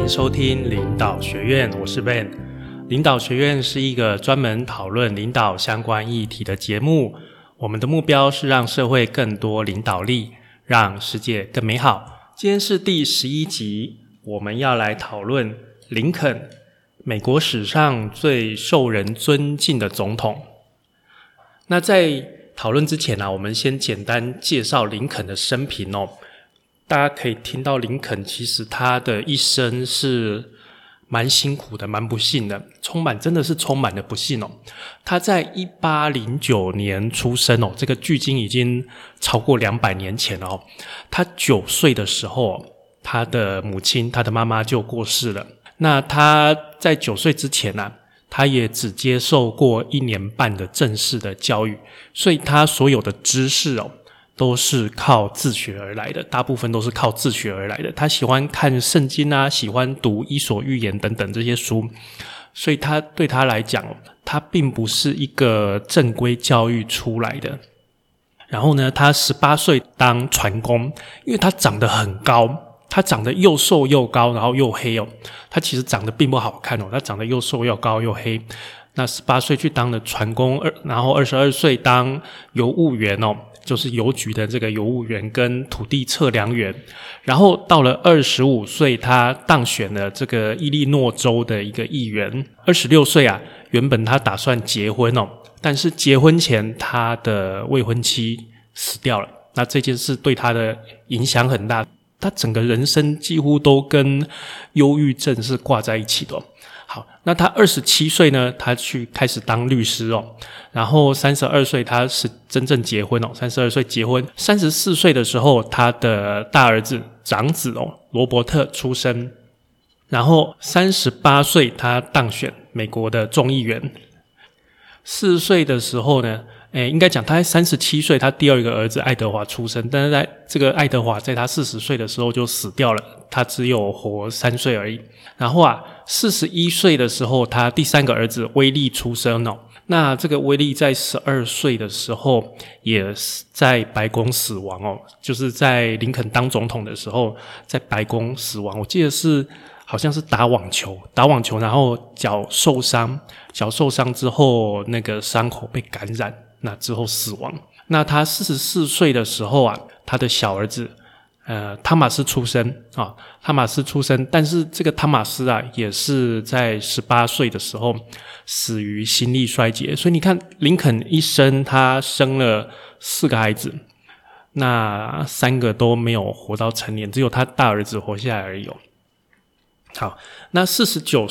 收听领导学院，我是 Ben。领导学院是一个专门讨论领导相关议题的节目，我们的目标是让社会更多领导力，让世界更美好。今天是第11集，我们要来讨论林肯，美国史上最受人尊敬的总统。那在讨论之前我们先简单介绍林肯的生平大家可以听到林肯其实他的一生是蛮辛苦的，蛮不幸的，真的是充满了不幸他在1809年出生这个距今已经超过200年前了他9岁的时候，他的母亲，他的妈妈就过世了。那他在9岁之前他也只接受过1年半的正式的教育，所以他所有的知识都是靠自学而来的，大部分都是靠自学而来的。他喜欢看圣经喜欢读伊索寓言等等这些书，所以对他来讲他并不是一个正规教育出来的。然后呢，他18岁当船工，因为他长得很高，他长得又瘦又高，然后又黑他其实长得并不好看他长得又瘦又高又黑。那18岁去当了船工，然后22岁当邮务员就是邮局的这个邮务员跟土地测量员。然后到了25岁他当选了这个伊利诺州的一个议员。26岁原本他打算结婚但是结婚前他的未婚妻死掉了，那这件事对他的影响很大，他整个人生几乎都跟忧郁症是挂在一起的好，那他27岁呢，他开始当律师然后32岁他是真正结婚32岁结婚。34岁的时候，他的大儿子长子罗伯特出生。然后38岁他当选美国的众议员。40岁的时候呢，应该讲他在37岁他第二个儿子爱德华出生，但是在这个爱德华在他40岁的时候就死掉了，他只有活3岁而已。然后41岁的时候他第3个儿子威利出生那这个威利在12岁的时候也在白宫死亡就是在林肯当总统的时候在白宫死亡。我记得好像是打网球然后脚受伤之后那个伤口被感染，那之后死亡。那他44岁的时候他的小儿子汤马斯出生但是这个汤马斯也是在18岁的时候死于心力衰竭。所以你看林肯一生他生了4个孩子，那3个都没有活到成年，只有他大儿子活下来而已好，那49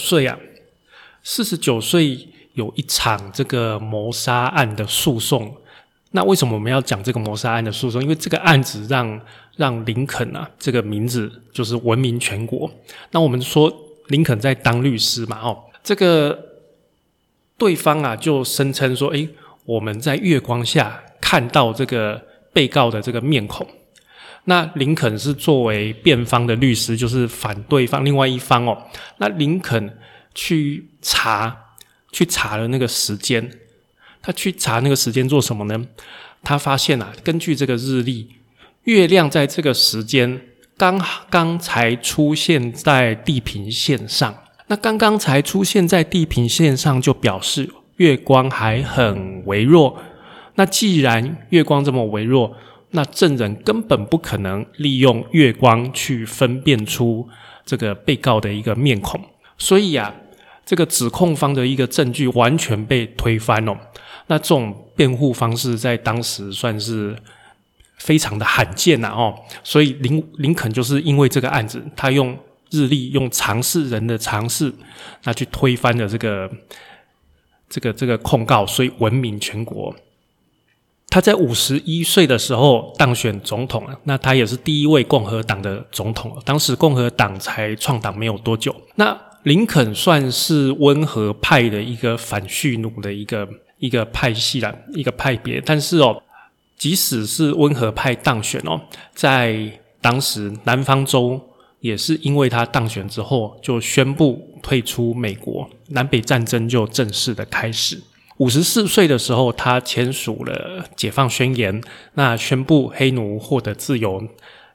岁有一场这个谋杀案的诉讼。那为什么我们要讲这个谋杀案的诉讼？因为这个案子让林肯这个名字就是闻名全国。那我们说林肯在当律师嘛这个对方就声称说我们在月光下看到这个被告的这个面孔。那林肯是作为辩方的律师，就是反对方另外一方那林肯去查了那个时间。他去查那个时间做什么呢？他发现根据这个日历，月亮在这个时间刚刚才出现在地平线上。那刚刚才出现在地平线上就表示月光还很微弱。那既然月光这么微弱，那证人根本不可能利用月光去分辨出这个被告的一个面孔。所以这个指控方的一个证据完全被推翻那这种辩护方式在当时算是非常的罕见所以林肯就是因为这个案子，他用日历，用常识人的常识，那去推翻了这个控告，所以闻名全国。他在51岁的时候当选总统那他也是第一位共和党的总统当时共和党才创党没有多久。那林肯算是温和派的一个反蓄奴的一个派系一个派别，但是即使是温和派当选在当时南方州也是因为他当选之后就宣布退出美国，南北战争就正式的开始。54岁的时候他签署了解放宣言，那宣布黑奴获得自由，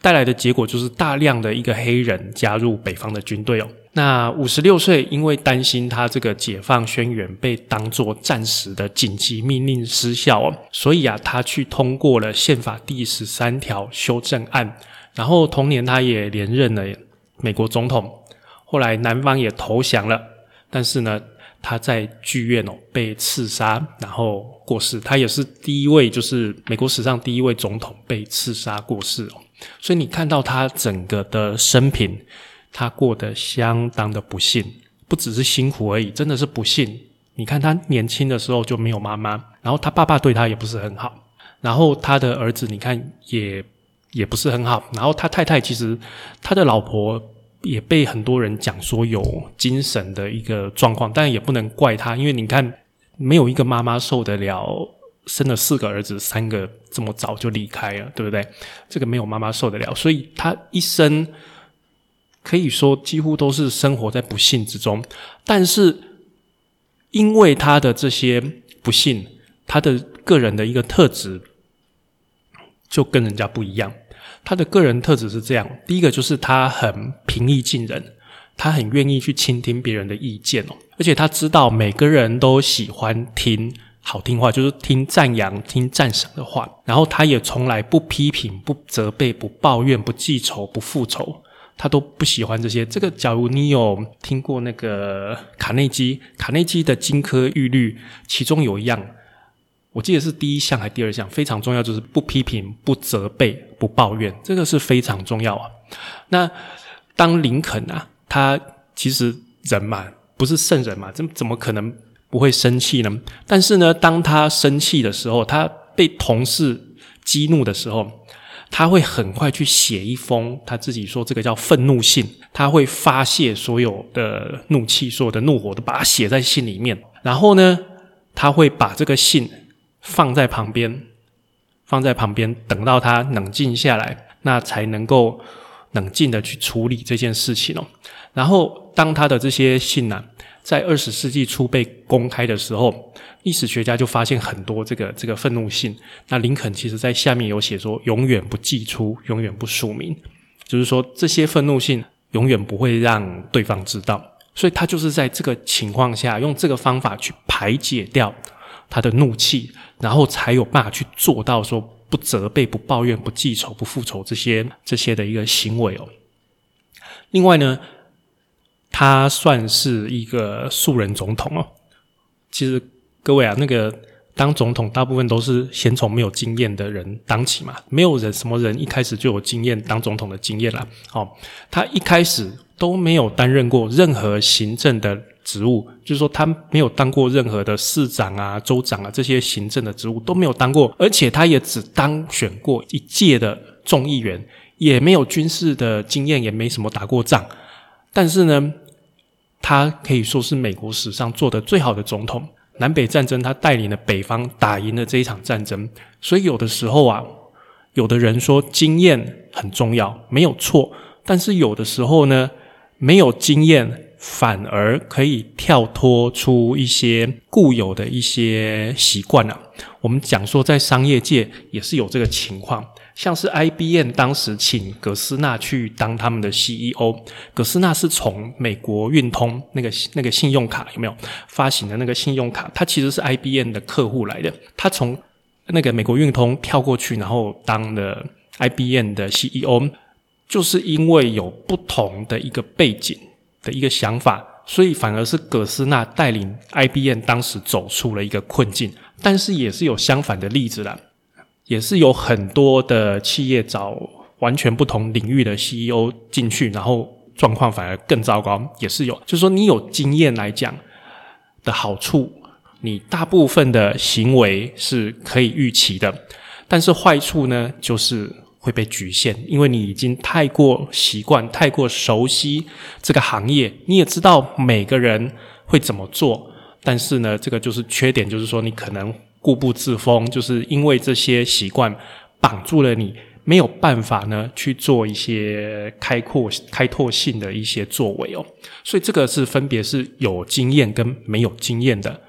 带来的结果就是大量的一个黑人加入北方的军队哦。那56岁，因为担心他这个解放宣言被当作暂时的紧急命令失效哦，所以他去通过了宪法第13条修正案，然后同年他也连任了美国总统。后来南方也投降了，但是呢他在剧院被刺杀，然后过世。他也是第一位，就是美国史上第一位总统被刺杀过世哦。所以你看到他整个的生平，他过得相当的不幸，不只是辛苦而已，真的是不幸。你看他年轻的时候就没有妈妈，然后他爸爸对他也不是很好，然后他的儿子你看也不是很好，然后他太太其实他的老婆也被很多人讲说有精神的一个状况，但也不能怪他，因为你看没有一个妈妈受得了生了4个儿子，3个这么早就离开了，对不对？这个没有妈妈受得了，所以他一生可以说几乎都是生活在不幸之中。但是因为他的这些不幸，他的个人的一个特质就跟人家不一样。他的个人特质是这样，第一个就是他很平易近人，他很愿意去倾听别人的意见而且他知道每个人都喜欢听好听话，就是听赞扬、听赞赏的话，然后他也从来不批评、不责备、不抱怨、不记仇、不复仇，他都不喜欢这些。这个假如你有听过那个卡内基的金科玉律，其中有一样我记得是第1项还是第2项非常重要，就是不批评、不责备、不抱怨，这个是非常重要那当林肯他其实人嘛，不是圣人嘛，怎么可能不会生气呢？但是呢，当他生气的时候，他被同事激怒的时候，他会很快去写一封，他自己说这个叫愤怒信，他会发泄所有的怒气、所有的怒火都把它写在信里面，然后呢他会把这个信放在旁边，等到他冷静下来，那才能够冷静的去处理这件事情然后当他的这些信在20世纪初被公开的时候，历史学家就发现很多这个愤怒信。那林肯其实在下面有写说，永远不寄出，永远不署名，就是说这些愤怒信永远不会让对方知道。所以他就是在这个情况下，用这个方法去排解掉他的怒气，然后才有办法去做到说不责备、不抱怨、不记仇、不复仇这些的一个行为另外呢，他算是一个素人总统其实各位那个当总统大部分都是先从没有经验的人当起嘛，没有什么人一开始就有经验当总统的经验啦他一开始都没有担任过任何行政的职务，就是说他没有当过任何的市长州长这些行政的职务都没有当过，而且他也只当选过1届的众议员，也没有军事的经验，也没什么打过仗，但是呢他可以说是美国史上做的最好的总统。南北战争他带领了北方打赢了这一场战争，所以有的时候有的人说经验很重要，没有错，但是有的时候呢，没有经验反而可以跳脱出一些固有的一些习惯我们讲说在商业界也是有这个情况，像是 IBM 当时请葛斯纳去当他们的 CEO， 葛斯纳是从美国运通那个信用卡有没有发行的那个信用卡，他其实是 IBM 的客户来的，他从那个美国运通跳过去，然后当了 IBM 的 CEO， 就是因为有不同的一个背景的一个想法，所以反而是葛斯纳带领 IBM 当时走出了一个困境。但是也是有相反的例子啦，也是有很多的企业找完全不同领域的 CEO 进去，然后状况反而更糟糕，也是有。就是说你有经验来讲的好处，你大部分的行为是可以预期的，但是坏处呢就是会被局限，因为你已经太过习惯、太过熟悉这个行业，你也知道每个人会怎么做，但是呢这个就是缺点，就是说你可能固步自封，就是因为这些习惯绑住了你，没有办法呢去做一些开拓性的一些作为所以这个是分别是有经验跟没有经验的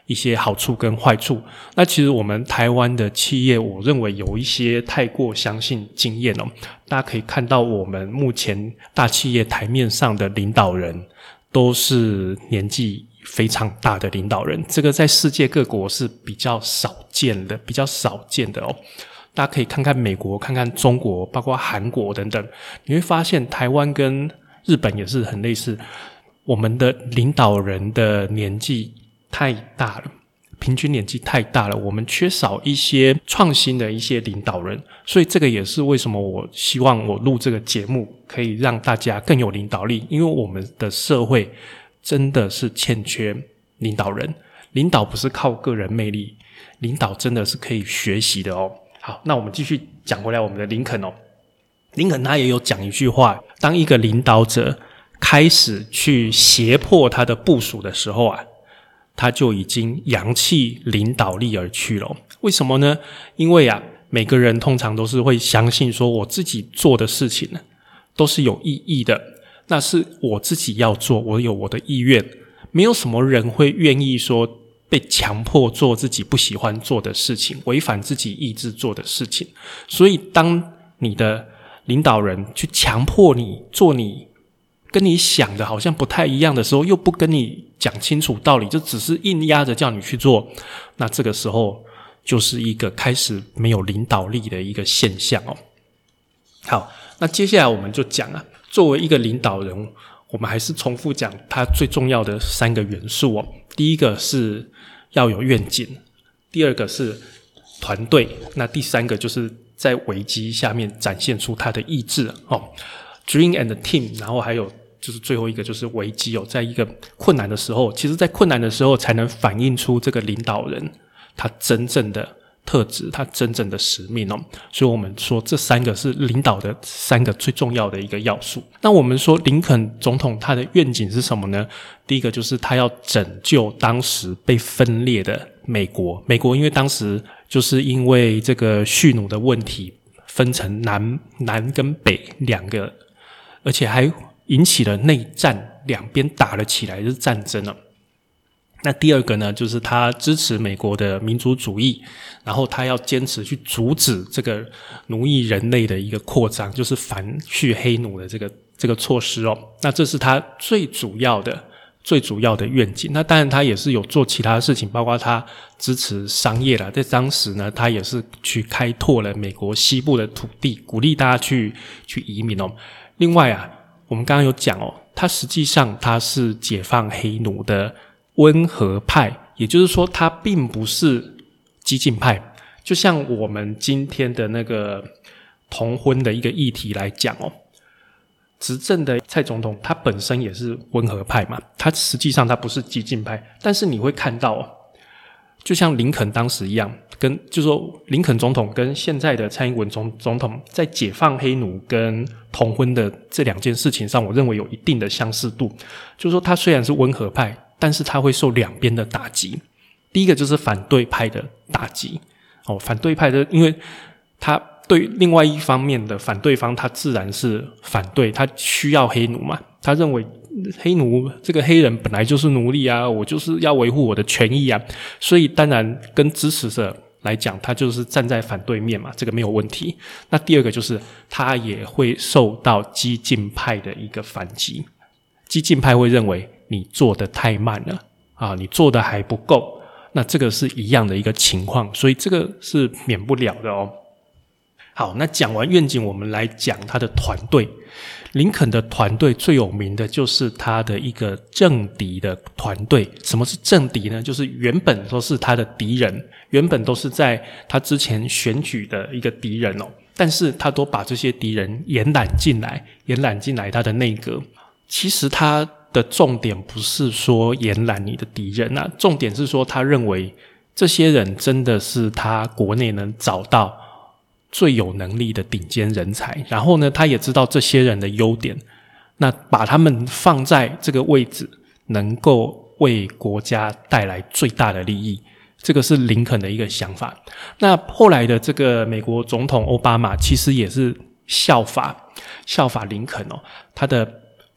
一些好处跟坏处。那其实我们台湾的企业，我认为有一些太过相信经验哦。大家可以看到，我们目前大企业台面上的领导人都是年纪非常大的领导人，这个在世界各国是比较少见的哦。大家可以看看美国，看看中国，包括韩国等等，你会发现台湾跟日本也是很类似，我们的领导人的年纪太大了，平均年纪太大了，我们缺少一些创新的一些领导人，所以这个也是为什么我希望我录这个节目可以让大家更有领导力，因为我们的社会真的是欠缺领导人，领导不是靠个人魅力，领导真的是可以学习的哦。好，那我们继续讲回来我们的林肯哦。林肯他也有讲一句话，当一个领导者开始去胁迫他的部属的时候啊，他就已经扬弃领导力而去了。为什么呢？因为啊，每个人通常都是会相信说，我自己做的事情呢，都是有意义的，那是我自己要做，我有我的意愿，没有什么人会愿意说被强迫做自己不喜欢做的事情，违反自己意志做的事情。所以当你的领导人去强迫你做你跟你想的好像不太一样的时候，又不跟你讲清楚道理，就只是硬压着叫你去做，那这个时候就是一个开始没有领导力的一个现象哦。好，那接下来我们就讲啊，作为一个领导人，我们还是重复讲他最重要的3个元素哦。第一个是要有愿景，第二个是团队，那第3个就是在危机下面展现出他的意志哦。Dream and team， 然后还有就是最后一个就是危机哦，在一个困难的时候，其实在困难的时候才能反映出这个领导人他真正的特质，他真正的使命哦。所以我们说这3个是领导的3个最重要的一个要素。那我们说林肯总统他的愿景是什么呢？第一个就是他要拯救当时被分裂的美国。美国因为当时就是因为这个蓄奴的问题分成南跟北2个，而且还引起了内战，两边打了起来，就是战争了。那第二个呢，就是他支持美国的民族主义，然后他要坚持去阻止这个奴役人类的一个扩张，就是反蓄黑奴的这个措施哦。那这是他最主要的愿景。那当然他也是有做其他的事情，包括他支持商业啦，在当时呢，他也是去开拓了美国西部的土地，鼓励大家去移民哦。另外啊，我们刚刚有讲哦，他实际上他是解放黑奴的温和派，也就是说他并不是激进派。就像我们今天的那个同婚的一个议题来讲哦，执政的蔡总统他本身也是温和派嘛，他实际上他不是激进派，但是你会看到哦，就像林肯当时一样，就是说林肯总统跟现在的蔡英文总统在解放黑奴跟同婚的这2件事情上，我认为有一定的相似度。就是说他虽然是温和派，但是他会受2边的打击。第一个就是反对派的打击哦，反对派的，因为他对另外一方面的反对方，他自然是反对，他需要黑奴嘛，他认为黑奴这个黑人本来就是奴隶啊，我就是要维护我的权益啊，所以当然跟支持者来讲，他就是站在反对面嘛，这个没有问题。那第二个就是他也会受到激进派的一个反击，激进派会认为你做得太慢了啊，你做得还不够，那这个是一样的一个情况，所以这个是免不了的哦。好，那讲完愿景，我们来讲他的团队。林肯的团队最有名的就是他的一个政敌的团队。什么是政敌呢？就是原本都是他的敌人，原本都是在他之前选举的一个敌人哦，但是他都把这些敌人延揽进来他的内阁。其实他的重点不是说延揽你的敌人啊，重点是说他认为这些人真的是他国内能找到最有能力的顶尖人才，然后呢，他也知道这些人的优点，那把他们放在这个位置，能够为国家带来最大的利益，这个是林肯的一个想法。那后来的这个美国总统奥巴马其实也是效法林肯哦，他的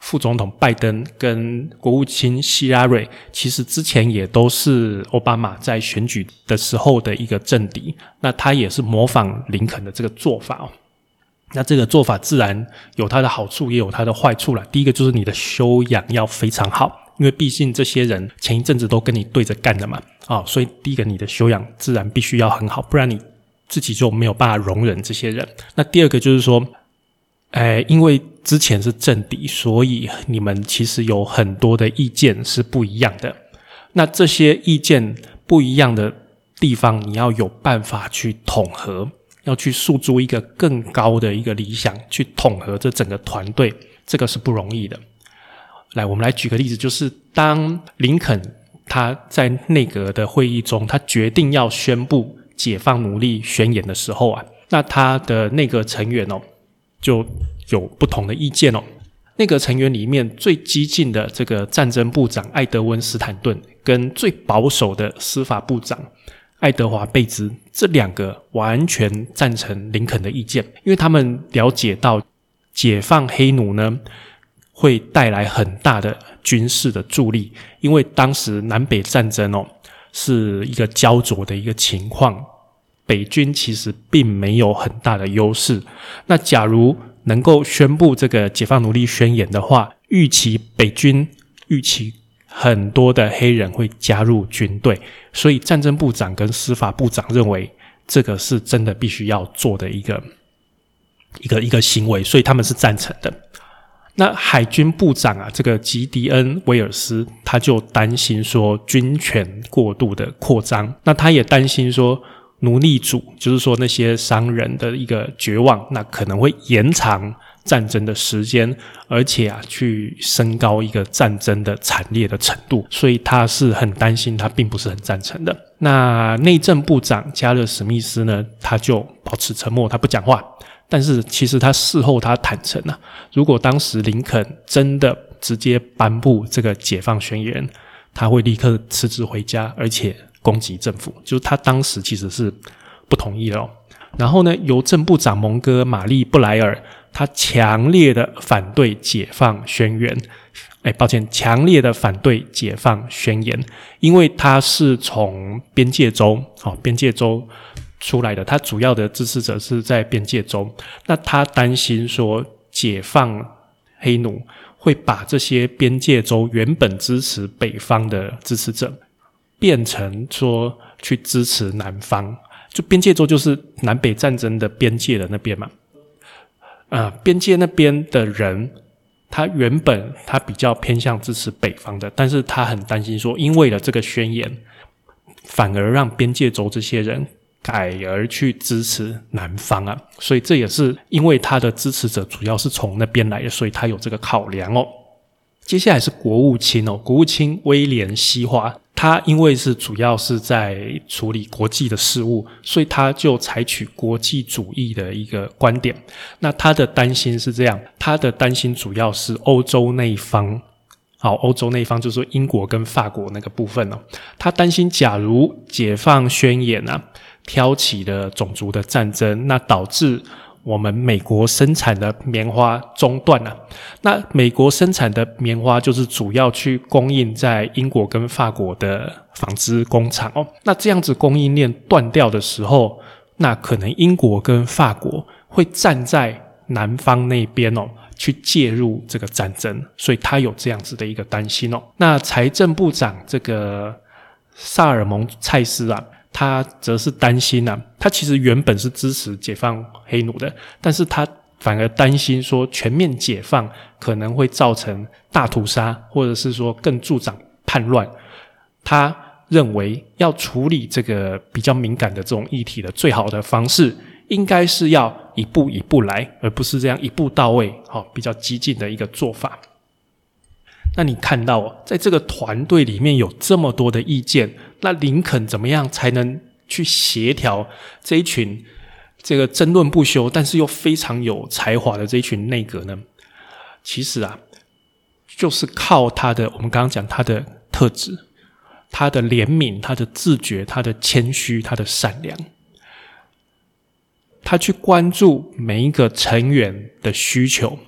副总统拜登跟国务卿希拉蕊，其实之前也都是奥巴马在选举的时候的一个政敌，那他也是模仿林肯的这个做法那这个做法自然有它的好处也有它的坏处啦。第一个就是你的修养要非常好，因为毕竟这些人前一阵子都跟你对着干的嘛所以第一个你的修养自然必须要很好，不然你自己就没有办法容忍这些人。那第二个就是说因为之前是政敌，所以你们其实有很多的意见是不一样的，那这些意见不一样的地方你要有办法去统合，要去诉诸一个更高的一个理想去统合这整个团队，这个是不容易的。来，我们来举个例子，就是当林肯他在内阁的会议中，他决定要宣布解放奴隶宣言的时候那他的内阁成员就有不同的意见内阁成员里面最激进的这个战争部长艾德温·斯坦顿跟最保守的司法部长爱德华·贝兹，这两个完全赞成林肯的意见，因为他们了解到解放黑奴呢会带来很大的军事的助力，因为当时南北战争是一个焦灼的一个情况，北军其实并没有很大的优势。那假如能够宣布这个解放奴隶宣言的话，北军预期很多的黑人会加入军队，所以战争部长跟司法部长认为这个是真的必须要做的一个行为，所以他们是赞成的。那海军部长这个吉迪恩·威尔斯他就担心说军权过度的扩张，那他也担心说奴隶主，就是说那些商人的一个绝望，那可能会延长战争的时间，而且去升高一个战争的惨烈的程度，所以他是很担心，他并不是很赞成的。那内政部长加勒史密斯呢，他就保持沉默，他不讲话。但是其实他事后他坦诚如果当时林肯真的直接颁布这个解放宣言，他会立刻辞职回家，而且攻击政府，就是他当时其实是不同意的然后呢，邮政部长蒙哥马利布莱尔他强烈的反对解放宣言，强烈的反对解放宣言，因为他是从边界州出来的，他主要的支持者是在边界州，那他担心说解放黑奴会把这些边界州原本支持北方的支持者变成说去支持南方，就边界州就是南北战争的边界的那边嘛，边界那边的人他原本他比较偏向支持北方的，但是他很担心说因为了这个宣言反而让边界州这些人改而去支持南方所以这也是因为他的支持者主要是从那边来的，所以他有这个考量接下来是国务卿国务卿威廉西华，他因为是主要是在处理国际的事务，所以他就采取国际主义的一个观点。那他的担心是这样，他的担心主要是欧洲那一方欧洲那一方就是说英国跟法国那个部分他担心假如解放宣言挑起了种族的战争，那导致我们美国生产的棉花中断那美国生产的棉花就是主要去供应在英国跟法国的纺织工厂那这样子供应链断掉的时候，那可能英国跟法国会站在南方那边去介入这个战争，所以他有这样子的一个担心那财政部长这个萨尔蒙蔡斯他则是担心他其实原本是支持解放黑奴的，但是他反而担心说全面解放可能会造成大屠杀，或者是说更助长叛乱。他认为要处理这个比较敏感的这种议题的最好的方式应该是要一步一步来，而不是这样一步到位比较激进的一个做法。那你看到在这个团队里面有这么多的意见，那林肯怎么样才能去协调这一群这个争论不休但是又非常有才华的这一群内阁呢？其实就是靠他的，我们刚刚讲他的特质，他的怜悯，他的自觉，他的谦虚，他的善良，他去关注每一个成员的需求，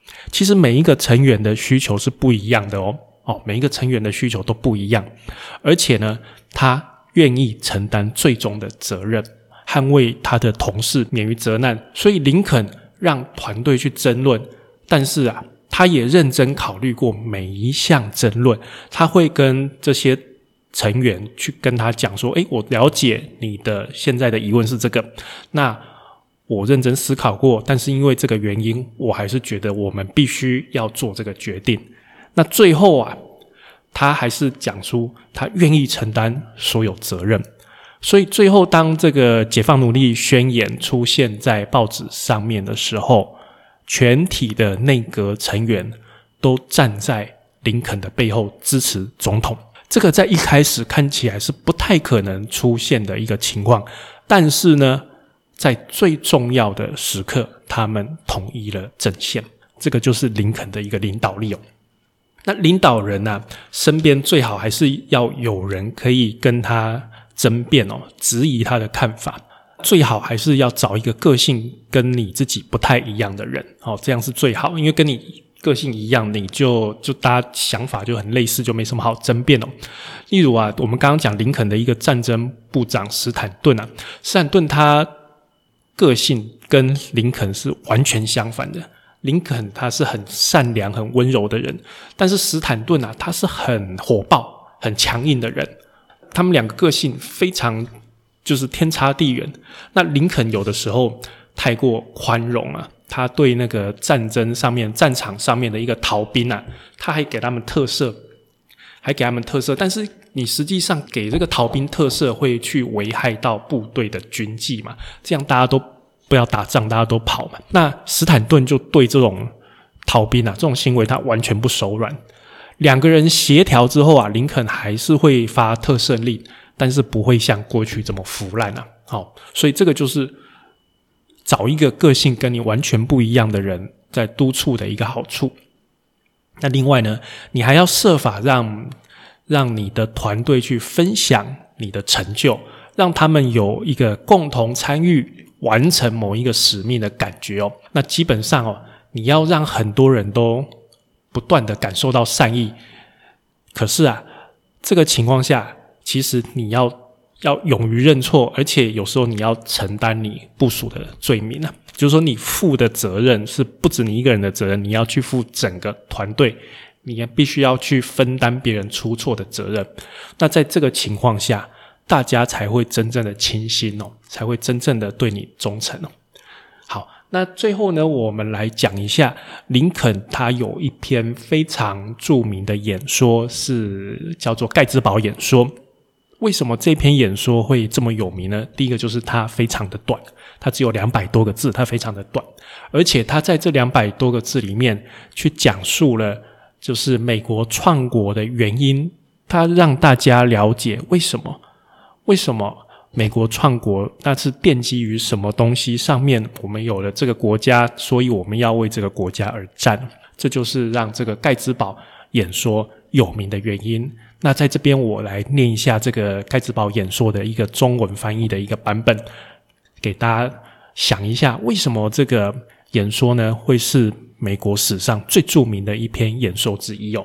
其实每一个成员的需求是不一样的每一个成员的需求都不一样，而且呢，他愿意承担最终的责任，捍卫他的同事免于责难。所以林肯让团队去争论，但是他也认真考虑过每一项争论，他会跟这些成员去跟他讲说，我了解你的现在的疑问是这个，那我认真思考过，但是因为这个原因，我还是觉得我们必须要做这个决定。那最后他还是讲出他愿意承担所有责任。所以最后当这个解放奴隶宣言出现在报纸上面的时候，全体的内阁成员都站在林肯的背后支持总统。这个在一开始看起来是不太可能出现的一个情况，但是呢，在最重要的时刻，他们统一了阵线。这个就是林肯的一个领导力那领导人身边最好还是要有人可以跟他争辩质疑他的看法，最好还是要找一个个性跟你自己不太一样的人这样是最好，因为跟你个性一样，你就大家想法就很类似，就没什么好争辩例如我们刚刚讲林肯的一个战争部长史坦顿史坦顿他个性跟林肯是完全相反的。林肯他是很善良很温柔的人，但是史坦顿他是很火爆很强硬的人，他们两个个性非常就是天差地远。那林肯有的时候太过宽容他对那个战场上面的一个逃兵他还给他们特赦，但是你实际上给这个逃兵特赦会去危害到部队的军纪嘛，这样大家都不要打仗，大家都跑嘛。那史坦顿就对这种逃兵这种行为他完全不手软。两个人协调之后林肯还是会发特赦令，但是不会像过去这么腐烂所以这个就是找一个个性跟你完全不一样的人在督促的一个好处。那另外呢，你还要设法让你的团队去分享你的成就，让他们有一个共同参与完成某一个使命的感觉那基本上你要让很多人都不断的感受到善意。可是这个情况下，其实你要勇于认错，而且有时候你要承担你部属的罪名就是说你负的责任是不止你一个人的责任，你要去负整个团队，你也必须要去分担别人出错的责任。那在这个情况下，大家才会真正的倾心才会真正的对你忠诚好，那最后呢，我们来讲一下林肯他有一篇非常著名的演说，是叫做盖茨堡演说。为什么这篇演说会这么有名呢？第一个就是它非常的短，它只有200多个字，它非常的短，而且它在这200多个字里面去讲述了就是美国创国的原因，它让大家了解为什么美国创国，那是奠基于什么东西上面，我们有了这个国家，所以我们要为这个国家而战。这就是让这个盖茨堡演说有名的原因。那在这边我来念一下这个盖茨堡演说的一个中文翻译的一个版本，给大家想一下，为什么这个演说呢会是美国史上最著名的一篇演说之一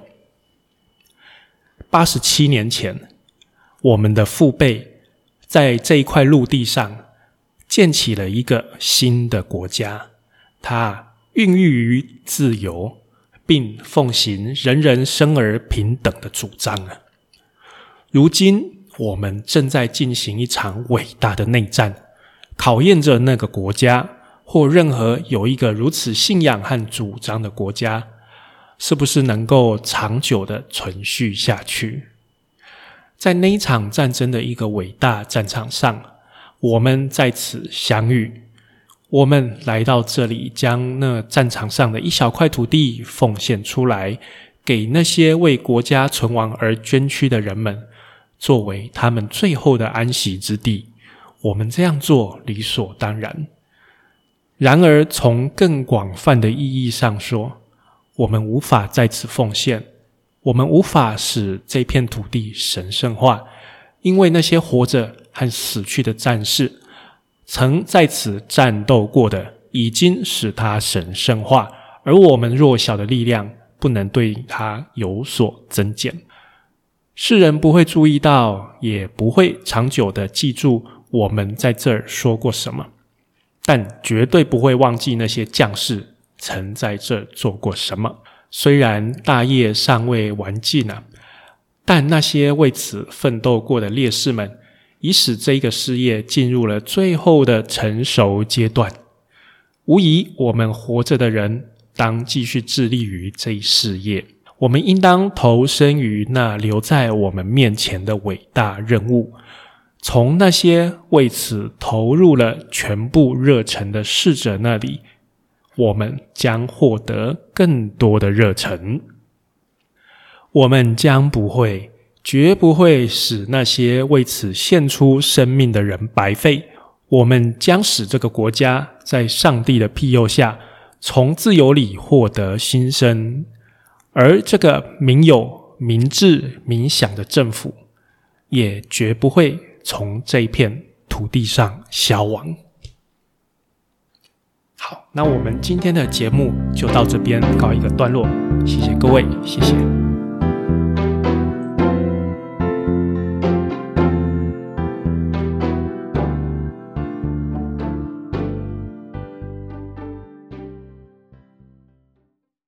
87年前，我们的父辈在这一块陆地上建起了一个新的国家，它孕育于自由，并奉行人人生而平等的主张如今我们正在进行一场伟大的内战，考验着那个国家或任何有一个如此信仰和主张的国家是不是能够长久的存续下去。在那一场战争的一个伟大战场上，我们在此相遇，我们来到这里，将那战场上的一小块土地奉献出来，给那些为国家存亡而捐躯的人们，作为他们最后的安息之地。我们这样做理所当然。然而从更广泛的意义上说，我们无法在此奉献，我们无法使这片土地神圣化，因为那些活着和死去的战士曾在此战斗过的，已经使它神圣化， 而我们弱小的力量不能对它有所增减。世人不会注意到，也不会长久的记住我们在这儿说过什么，但绝对不会忘记那些将士曾在这儿做过什么。虽然大业尚未完尽但那些为此奋斗过的烈士们，已使这个事业进入了最后的成熟阶段。无疑，我们活着的人当继续致力于这一事业，我们应当投身于那留在我们面前的伟大任务。从那些为此投入了全部热忱的逝者那里，我们将获得更多的热忱。我们将绝不会使那些为此献出生命的人白费。我们将使这个国家在上帝的庇佑下，从自由里获得新生，而这个民有、民治、民享的政府，也绝不会从这一片土地上消亡。好，那我们今天的节目就到这边告一个段落，谢谢各位，谢谢。